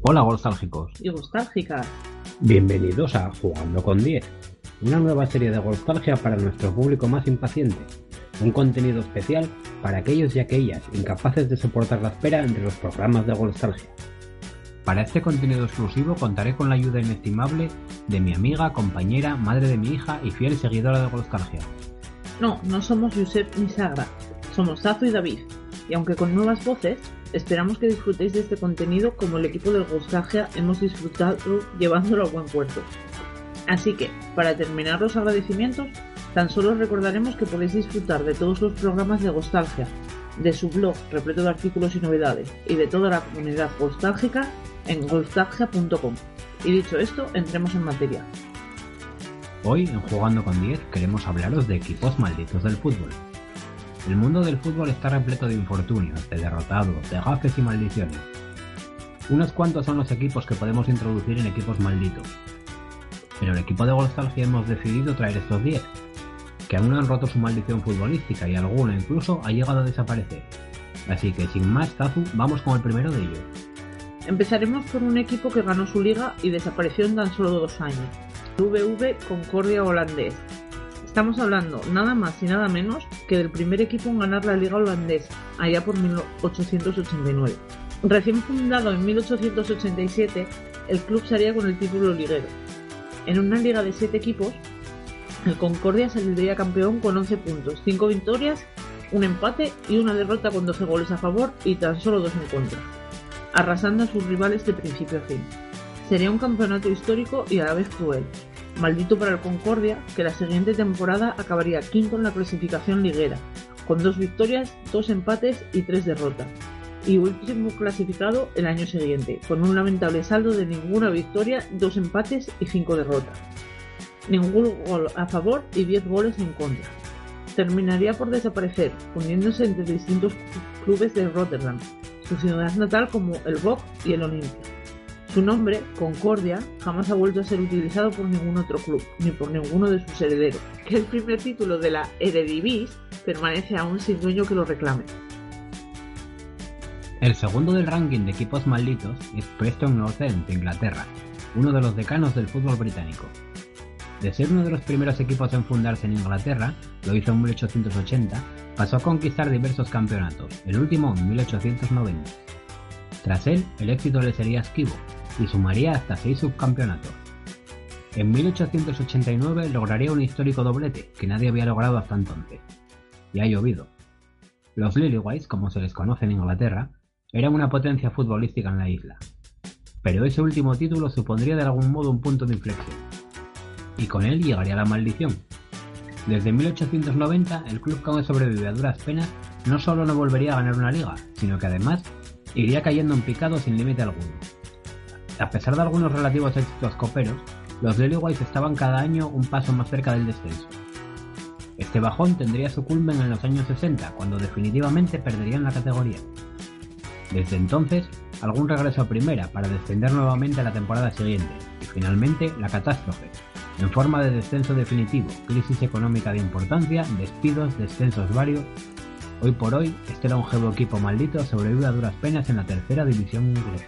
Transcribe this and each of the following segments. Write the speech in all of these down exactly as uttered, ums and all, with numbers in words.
Hola golstálgicos y nostálgicas. Bienvenidos a Jugando con diez, una nueva serie de golstalgia para nuestro público más impaciente. Un contenido especial para aquellos y aquellas incapaces de soportar la espera entre los programas de golstalgia. Para este contenido exclusivo contaré con la ayuda inestimable de mi amiga, compañera, madre de mi hija y fiel seguidora de golstalgia. No, no somos Josep ni Sagra, somos Zazu y David, y aunque con nuevas voces, esperamos que disfrutéis de este contenido como el equipo del Golstalgia hemos disfrutado llevándolo a buen puerto. Así que, para terminar los agradecimientos, tan solo recordaremos que podéis disfrutar de todos los programas de Golstalgia, de su blog repleto de artículos y novedades, y de toda la comunidad golstálgica en golstalgia punto com. Y dicho esto, entremos en materia. Hoy, en Jugando con diez, queremos hablaros de equipos malditos del fútbol. El mundo del fútbol está repleto de infortunios, de derrotados, de gafes y maldiciones. Unos cuantos son los equipos que podemos introducir en equipos malditos. Pero el equipo de Golstalgia hemos decidido traer estos diez, que aún no han roto su maldición futbolística y alguno incluso ha llegado a desaparecer. Así que sin más, Zazu, vamos con el primero de ellos. Empezaremos por un equipo que ganó su liga y desapareció en tan solo dos años. V V Concordia holandés. Estamos hablando nada más y nada menos que del primer equipo en ganar la liga holandesa, allá por mil ochocientos ochenta y nueve. Recién fundado en mil ochocientos ochenta y siete, el club se haría con el título liguero. En una liga de siete equipos, el Concordia saldría campeón con once puntos, cinco victorias, un empate y una derrota con doce goles a favor y tan solo dos en contra, arrasando a sus rivales de principio a fin. Sería un campeonato histórico y a la vez cruel. Maldito para el Concordia, que la siguiente temporada acabaría quinto en la clasificación liguera, con dos victorias, dos empates y tres derrotas, y último clasificado el año siguiente, con un lamentable saldo de ninguna victoria, dos empates y cinco derrotas. Ningún gol a favor y diez goles en contra. Terminaría por desaparecer, fundiéndose entre distintos clubes de Rotterdam, su ciudad natal como el Bock y el Olimpia. Su nombre, Concordia, jamás ha vuelto a ser utilizado por ningún otro club, ni por ninguno de sus herederos, que el primer título de la Eredivisie permanece aún sin dueño que lo reclame. El segundo del ranking de equipos malditos es Preston North End de Inglaterra, uno de los decanos del fútbol británico. De ser uno de los primeros equipos en fundarse en Inglaterra, lo hizo en mil ochocientos ochenta, pasó a conquistar diversos campeonatos, el último en mil ochocientos noventa. Tras él, el éxito le sería esquivo, y sumaría hasta seis subcampeonatos. En mil ochocientos ochenta y nueve lograría un histórico doblete que nadie había logrado hasta entonces. Y ha llovido. Los Lillywhites, como se les conoce en Inglaterra, eran una potencia futbolística en la isla. Pero ese último título supondría de algún modo un punto de inflexión. Y con él llegaría la maldición. Desde mil ochocientos noventa, el club que aún sobrevive a duras penas no solo no volvería a ganar una liga, sino que además iría cayendo en picado sin límite alguno. A pesar de algunos relativos éxitos coperos, los Lillywhites estaban cada año un paso más cerca del descenso. Este bajón tendría su culmen en los años sesenta, cuando definitivamente perderían la categoría. Desde entonces, algún regreso a primera para descender nuevamente a la temporada siguiente, y finalmente la catástrofe, en forma de descenso definitivo, crisis económica de importancia, despidos, descensos varios. Hoy por hoy, este longevo equipo maldito sobrevive a duras penas en la tercera división inglesa.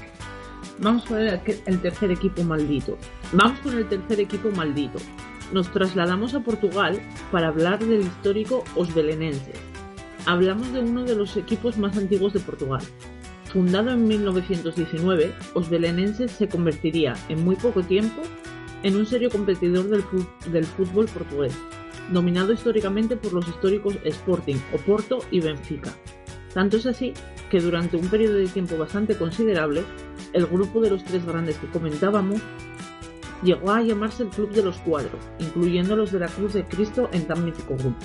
Vamos con el, el tercer equipo maldito. Vamos con el tercer equipo maldito. Nos trasladamos a Portugal para hablar del histórico Os Belenenses. Hablamos de uno de los equipos más antiguos de Portugal. Fundado en mil novecientos diecinueve, Os Belenenses se convertiría en muy poco tiempo en un serio competidor del, del fútbol portugués, dominado históricamente por los históricos Sporting, Oporto y Benfica. Tanto es así que durante un periodo de tiempo bastante considerable, el grupo de los tres grandes que comentábamos llegó a llamarse el Club de los Cuadros, incluyendo los de la Cruz de Cristo en tan mítico grupo.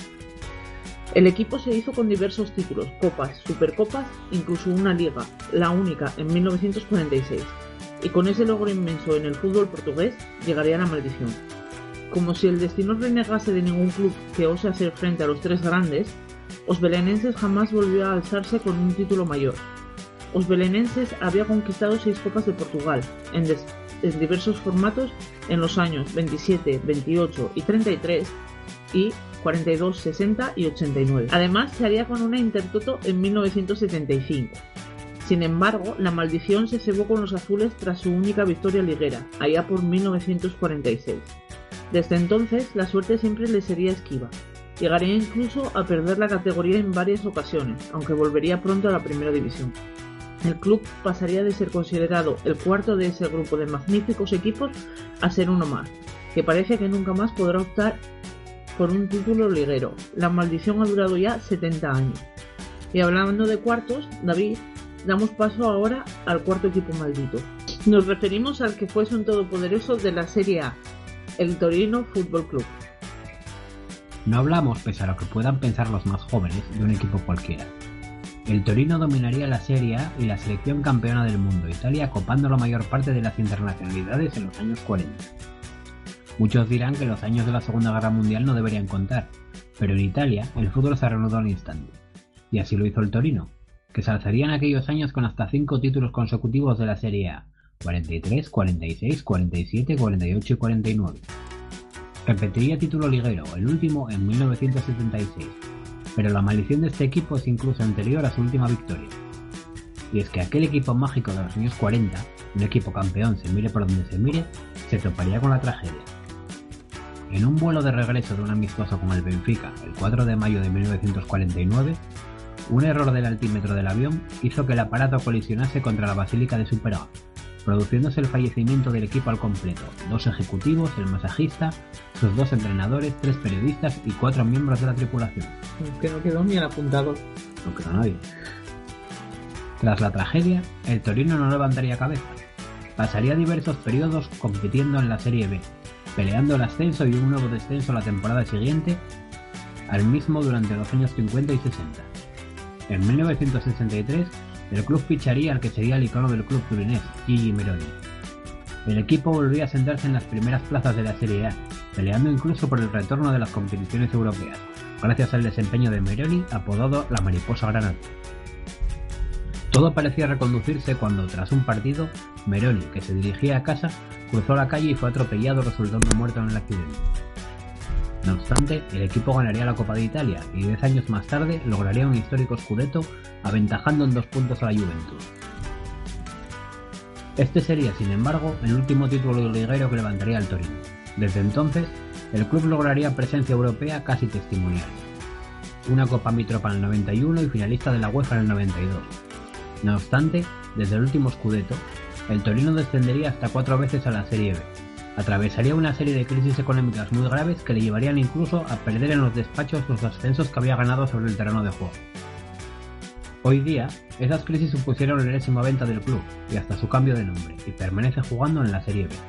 El equipo se hizo con diversos títulos, copas, supercopas, incluso una liga, la única en mil novecientos cuarenta y seis, y con ese logro inmenso en el fútbol portugués llegaría la maldición. Como si el destino renegase de ningún club que ose hacer frente a los tres grandes, Os Belenenses jamás volvió a alzarse con un título mayor. Os Belenenses había conquistado seis copas de Portugal, en, des- en diversos formatos en los años veintisiete, veintiocho y treinta y tres, y cuarenta y dos, sesenta y ochenta y nueve. Además, se haría con una Intertoto en mil novecientos setenta y cinco. Sin embargo, la maldición se cebó con los azules tras su única victoria liguera, allá por mil novecientos cuarenta y seis. Desde entonces, la suerte siempre le sería esquiva. Llegaría incluso a perder la categoría en varias ocasiones, aunque volvería pronto a la primera división. El club pasaría de ser considerado el cuarto de ese grupo de magníficos equipos a ser uno más, que parece que nunca más podrá optar por un título liguero. La maldición ha durado ya setenta años. Y hablando de cuartos, David, damos paso ahora al cuarto equipo maldito. Nos referimos al que fuese un todopoderoso de la Serie A, el Torino Fútbol Club. No hablamos, pese a lo que puedan pensar los más jóvenes, de un equipo cualquiera. El Torino dominaría la Serie A y la selección campeona del mundo, Italia, copando la mayor parte de las internacionalidades en los años cuarenta. Muchos dirán que los años de la Segunda Guerra Mundial no deberían contar, pero en Italia el fútbol se reanudó al instante, y así lo hizo el Torino, que se alzaría en aquellos años con hasta cinco títulos consecutivos de la Serie A, cuarenta y tres, cuarenta y seis, cuarenta y siete, cuarenta y ocho y cuarenta y nueve. Repetiría título liguero, el último en mil novecientos setenta y seis, pero la maldición de este equipo es incluso anterior a su última victoria. Y es que aquel equipo mágico de los años cuarenta, un equipo campeón se mire por donde se mire, se toparía con la tragedia. En un vuelo de regreso de un amistoso con el Benfica, el cuatro de mayo de mil novecientos cuarenta y nueve, un error del altímetro del avión hizo que el aparato colisionase contra la basílica de Supera, produciéndose el fallecimiento del equipo al completo, dos ejecutivos, el masajista, sus dos entrenadores, tres periodistas y cuatro miembros de la tripulación. Que no quedó ni el apuntado. No quedó nadie. Tras la tragedia, el Torino no levantaría cabeza. Pasaría diversos periodos compitiendo en la Serie B, peleando el ascenso y un nuevo descenso la temporada siguiente, al mismo durante los años cincuenta y sesenta. En mil novecientos sesenta y tres, el club ficharía al que sería el icono del club turinés, Gigi Meroni. El equipo volvía a sentarse en las primeras plazas de la Serie A, peleando incluso por el retorno de las competiciones europeas, gracias al desempeño de Meroni, apodado la Mariposa Granate. Todo parecía reconducirse cuando, tras un partido, Meroni, que se dirigía a casa, cruzó la calle y fue atropellado, resultando muerto en el accidente. No obstante, el equipo ganaría la Copa de Italia y diez años más tarde lograría un histórico scudetto, aventajando en dos puntos a la Juventus. Este sería, sin embargo, el último título liguero que levantaría el Torino. Desde entonces, el club lograría presencia europea casi testimonial. Una Copa Mitropa en el noventa y uno y finalista de la UEFA en el noventa y dos. No obstante, desde el último scudetto, el Torino descendería hasta cuatro veces a la Serie B. Atravesaría una serie de crisis económicas muy graves que le llevarían incluso a perder en los despachos los ascensos que había ganado sobre el terreno de juego. Hoy día, esas crisis supusieron la enésima venta del club y hasta su cambio de nombre, y permanece jugando en la Serie B.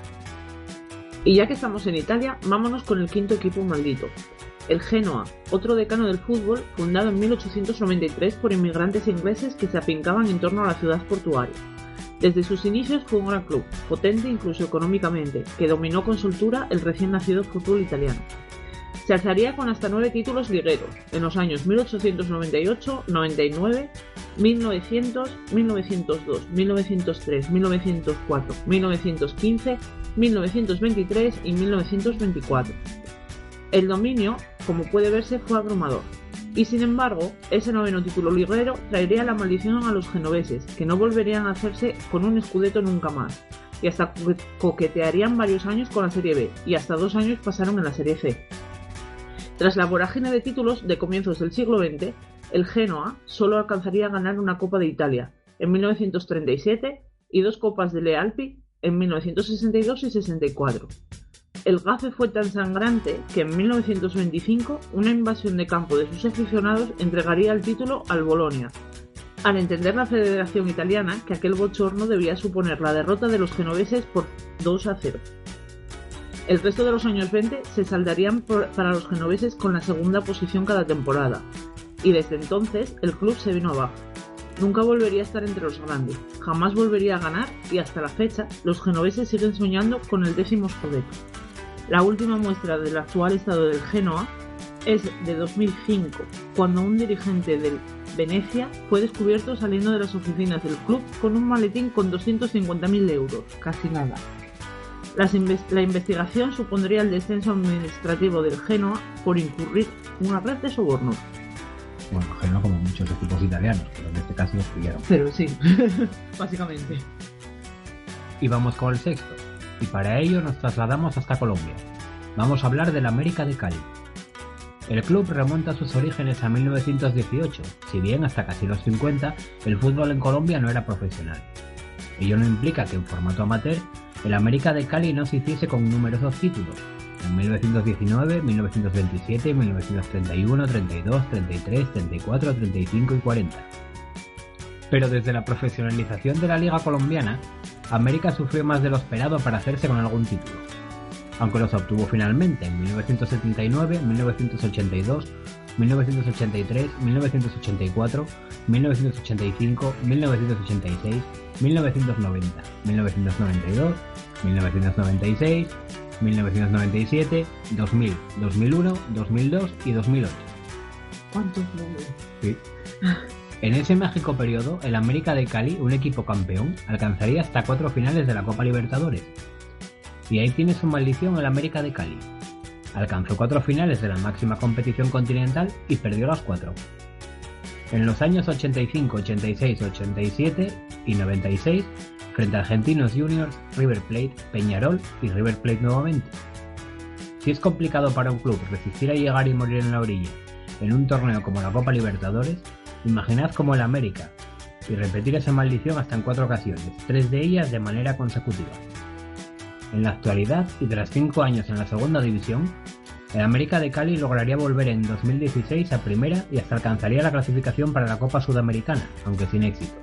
Y ya que estamos en Italia, vámonos con el quinto equipo maldito, el Genoa, otro decano del fútbol fundado en mil ochocientos noventa y tres por inmigrantes ingleses que se afincaban en torno a la ciudad portuaria. Desde sus inicios fue un gran club, potente incluso económicamente, que dominó con soltura el recién nacido fútbol italiano. Se alzaría con hasta nueve títulos ligueros en los años mil ochocientos noventa y ocho, noventa y nueve, mil novecientos, mil novecientos dos, mil novecientos tres, mil novecientos cuatro, mil novecientos quince, mil novecientos veintitrés y mil novecientos veinticuatro. El dominio, como puede verse, fue abrumador. Y sin embargo, ese noveno título liguero traería la maldición a los genoveses, que no volverían a hacerse con un scudetto nunca más, y hasta coquetearían varios años con la Serie B, y hasta dos años pasaron en la Serie C. Tras la vorágine de títulos de comienzos del siglo veinte, el Genoa solo alcanzaría a ganar una Copa de Italia, en mil novecientos treinta y siete, y dos Copas de Le Alpi, en mil novecientos sesenta y dos y sesenta y cuatro. El gafe fue tan sangrante que en mil novecientos veinticinco una invasión de campo de sus aficionados entregaría el título al Bolonia, al entender la Federación Italiana que aquel bochorno debía suponer la derrota de los genoveses por dos a cero. El resto de los años veinte se saldarían por, para los genoveses con la segunda posición cada temporada, y desde entonces el club se vino abajo. Nunca volvería a estar entre los grandes, jamás volvería a ganar y hasta la fecha los genoveses siguen soñando con el décimo scudetto. La última muestra del actual estado del Genoa es de dos mil cinco, cuando un dirigente del Venecia fue descubierto saliendo de las oficinas del club con un maletín con doscientos cincuenta mil euros, casi nada. Las inves- la investigación supondría el descenso administrativo del Genoa por incurrir en una red de sobornos. Bueno, ajeno como muchos equipos italianos, pero en este caso los pillaron. Pero sí, básicamente. Y vamos con el sexto, y para ello nos trasladamos hasta Colombia. Vamos a hablar del América de Cali. El club remonta sus orígenes a mil novecientos dieciocho, si bien hasta casi los cincuenta el fútbol en Colombia no era profesional. Ello no implica que en formato amateur el América de Cali no se hiciese con numerosos títulos, en mil novecientos diecinueve, mil novecientos veintisiete, mil novecientos treinta y uno, treinta y dos, treinta y tres, treinta y cuatro, treinta y cinco y cuarenta. Pero desde la profesionalización de la liga colombiana, América sufrió más de lo esperado para hacerse con algún título, aunque los obtuvo finalmente en mil novecientos setenta y nueve, mil novecientos ochenta y dos, mil novecientos ochenta y tres, mil novecientos ochenta y cuatro, mil novecientos ochenta y cinco, mil novecientos ochenta y seis, mil novecientos noventa, mil novecientos noventa y dos, mil novecientos noventa y seis, mil novecientos noventa y siete, dos mil, dos mil uno, dos mil dos y dos mil ocho. ¿Cuántos números? Sí. En ese mágico periodo, el América de Cali, un equipo campeón, alcanzaría hasta cuatro finales de la Copa Libertadores. Y ahí tiene su maldición el América de Cali. Alcanzó cuatro finales de la máxima competición continental y perdió las cuatro. En los años ochenta y cinco, ochenta y seis, ochenta y siete y noventa y seis, frente a Argentinos Juniors, River Plate, Peñarol y River Plate nuevamente. Si es complicado para un club resistir a llegar y morir en la orilla en un torneo como la Copa Libertadores, imaginad como el América, y repetir esa maldición hasta en cuatro ocasiones, tres de ellas de manera consecutiva. En la actualidad, y tras cinco años en la segunda división, el América de Cali lograría volver en dos mil dieciséis a primera y hasta alcanzaría la clasificación para la Copa Sudamericana, aunque sin éxito.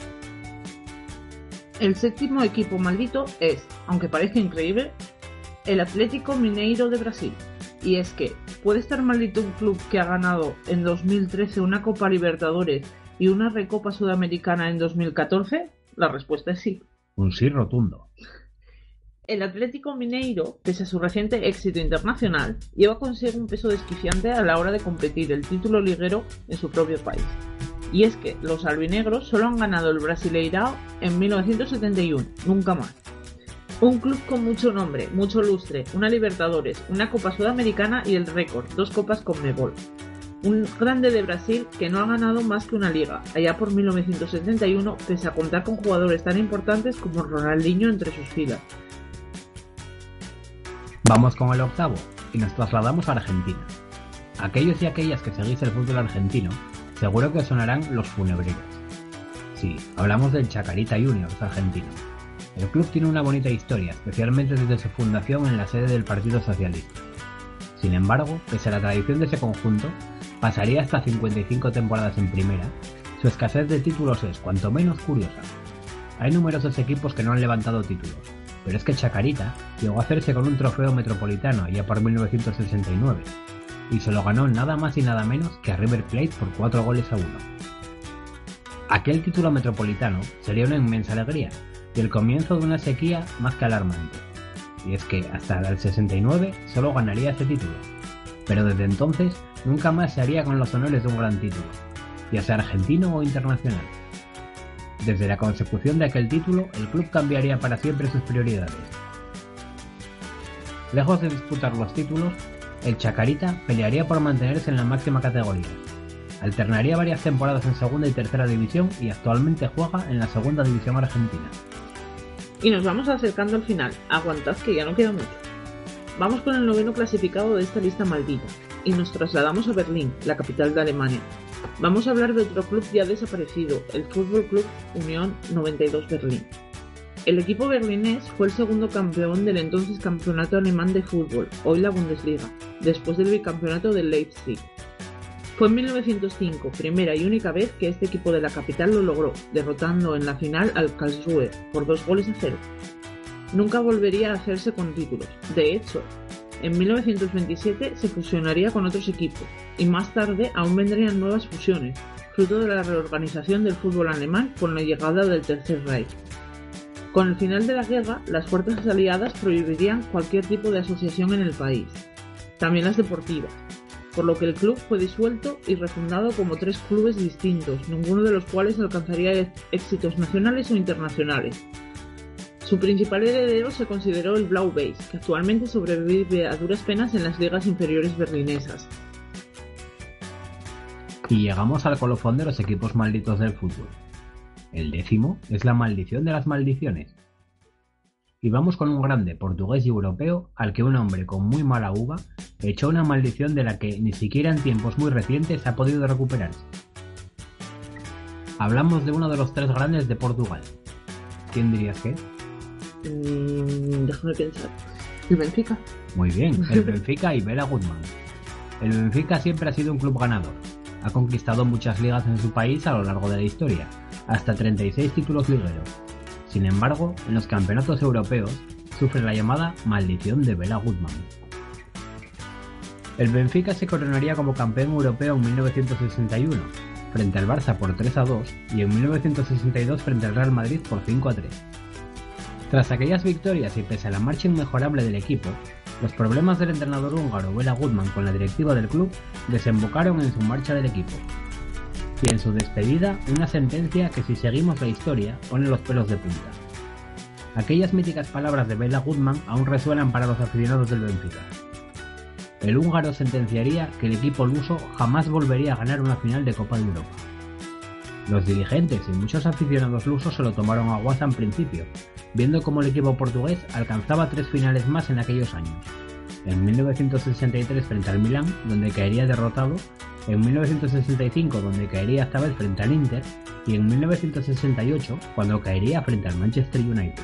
El séptimo equipo maldito es, aunque parezca increíble, el Atlético Mineiro de Brasil. Y es que, ¿puede estar maldito un club que ha ganado en dos mil trece una Copa Libertadores y una Recopa Sudamericana en dos mil catorce? La respuesta es sí. Un sí rotundo. El Atlético Mineiro, pese a su reciente éxito internacional, lleva consigo un peso desquiciante a la hora de competir el título liguero en su propio país. Y es que los albinegros solo han ganado el Brasileirao en mil novecientos setenta y uno, nunca más. Un club con mucho nombre, mucho lustre, una Libertadores, una Copa Sudamericana y el récord, dos Copas Conmebol. Un grande de Brasil que no ha ganado más que una liga, allá por mil novecientos setenta y uno, pese a contar con jugadores tan importantes como Ronaldinho entre sus filas. Vamos con el octavo, y nos trasladamos a Argentina. Aquellos y aquellas que seguís el fútbol argentino, seguro que sonarán los funebreros. Sí, hablamos del Chacarita Juniors argentino. El club tiene una bonita historia, especialmente desde su fundación en la sede del Partido Socialista. Sin embargo, pese a la tradición de ese conjunto, pasaría hasta cincuenta y cinco temporadas en primera, su escasez de títulos es cuanto menos curiosa. Hay numerosos equipos que no han levantado títulos, pero es que Chacarita llegó a hacerse con un trofeo metropolitano allá por mil novecientos sesenta y nueve, y se lo ganó nada más y nada menos que a River Plate por cuatro goles a uno. Aquel título metropolitano sería una inmensa alegría, y el comienzo de una sequía más que alarmante. Y es que hasta el sesenta y nueve solo ganaría ese título, pero desde entonces nunca más se haría con los honores de un gran título, ya sea argentino o internacional. Desde la consecución de aquel título, el club cambiaría para siempre sus prioridades. Lejos de disputar los títulos, el Chacarita pelearía por mantenerse en la máxima categoría. Alternaría varias temporadas en segunda y tercera división y actualmente juega en la segunda división argentina. Y nos vamos acercando al final, aguantad que ya no queda mucho. Vamos con el noveno clasificado de esta lista maldita, y nos trasladamos a Berlín, la capital de Alemania. Vamos a hablar de otro club ya desaparecido, el Fútbol Club Unión noventa y dos Berlín. El equipo berlinés fue el segundo campeón del entonces campeonato alemán de fútbol, hoy la Bundesliga, después del bicampeonato del Leipzig. Fue en mil novecientos cinco, primera y única vez que este equipo de la capital lo logró, derrotando en la final al Karlsruhe por dos goles a cero. Nunca volvería a hacerse con títulos. De hecho, en mil novecientos veintisiete se fusionaría con otros equipos, y más tarde aún vendrían nuevas fusiones, fruto de la reorganización del fútbol alemán con la llegada del Tercer Reich. Con el final de la guerra, las fuerzas aliadas prohibirían cualquier tipo de asociación en el país, también las deportivas, por lo que el club fue disuelto y refundado como tres clubes distintos, ninguno de los cuales alcanzaría éxitos nacionales o internacionales. Su principal heredero se consideró el Blau-Weiß, que actualmente sobrevive a duras penas en las ligas inferiores berlinesas. Y llegamos al colofón de los equipos malditos del fútbol. El décimo es la maldición de las maldiciones. Y vamos con un grande portugués y europeo al que un hombre con muy mala uva echó una maldición de la que ni siquiera en tiempos muy recientes ha podido recuperarse. Hablamos de uno de los tres grandes de Portugal. ¿Quién dirías que es? Mm, déjame pensar. ¿El Benfica? Muy bien, el Benfica y Bela Goodman. El Benfica siempre ha sido un club ganador. Ha conquistado muchas ligas en su país a lo largo de la historia, hasta treinta y seis títulos ligueros. Sin embargo, en los campeonatos europeos sufre la llamada maldición de Bela Goodman. El Benfica se coronaría como campeón europeo en mil novecientos sesenta y uno, frente al Barça por tres a dos y en mil novecientos sesenta y dos frente al Real Madrid por cinco a tres. Tras aquellas victorias y pese a la marcha inmejorable del equipo, los problemas del entrenador húngaro Bela Goodman con la directiva del club desembocaron en su marcha del equipo. Y en su despedida, una sentencia que, si seguimos la historia, pone los pelos de punta. Aquellas míticas palabras de Bela Goodman aún resuenan para los aficionados del Benfica. El húngaro sentenciaría que el equipo luso jamás volvería a ganar una final de Copa de Europa. Los dirigentes y muchos aficionados lusos se lo tomaron a guasa en principio, viendo cómo el equipo portugués alcanzaba tres finales más en aquellos años. En mil novecientos sesenta y tres frente al Milán, donde caería derrotado, en mil novecientos sesenta y cinco, donde caería esta vez frente al Inter, y en mil novecientos sesenta y ocho, cuando caería frente al Manchester United.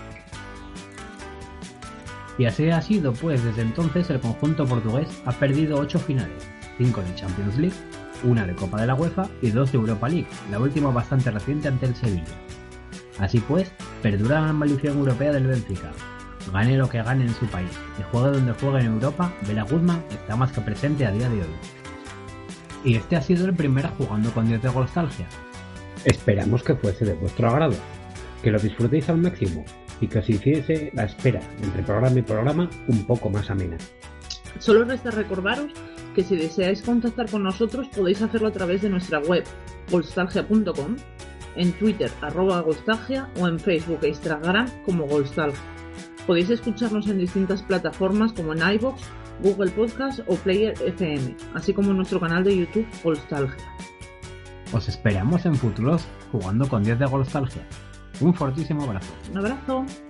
Y así ha sido, pues desde entonces el conjunto portugués ha perdido ocho finales, cinco de Champions League, una de Copa de la UEFA y dos de Europa League, la última bastante reciente ante el Sevilla. Así pues, perdura la maldición europea del Benfica. Gane lo que gane en su país y juegue donde juegue en Europa, Bela Goodman está más que presente a día de hoy. Y este ha sido el primer Jugando con Dios de Golstalgia. Esperamos que fuese de vuestro agrado, que lo disfrutéis al máximo y que os hiciese la espera entre programa y programa un poco más amena. Solo resta recordaros que si deseáis contactar con nosotros podéis hacerlo a través de nuestra web golstalgia punto com, en Twitter arroba golstalgia o en Facebook e Instagram como golstalgia. Podéis escucharnos en distintas plataformas como en iVoox, Google Podcast o Player F M, así como en nuestro canal de YouTube Golstalgia. Os esperamos en futuros Jugando con Dios de Golstalgia. Un fortísimo abrazo. Un abrazo.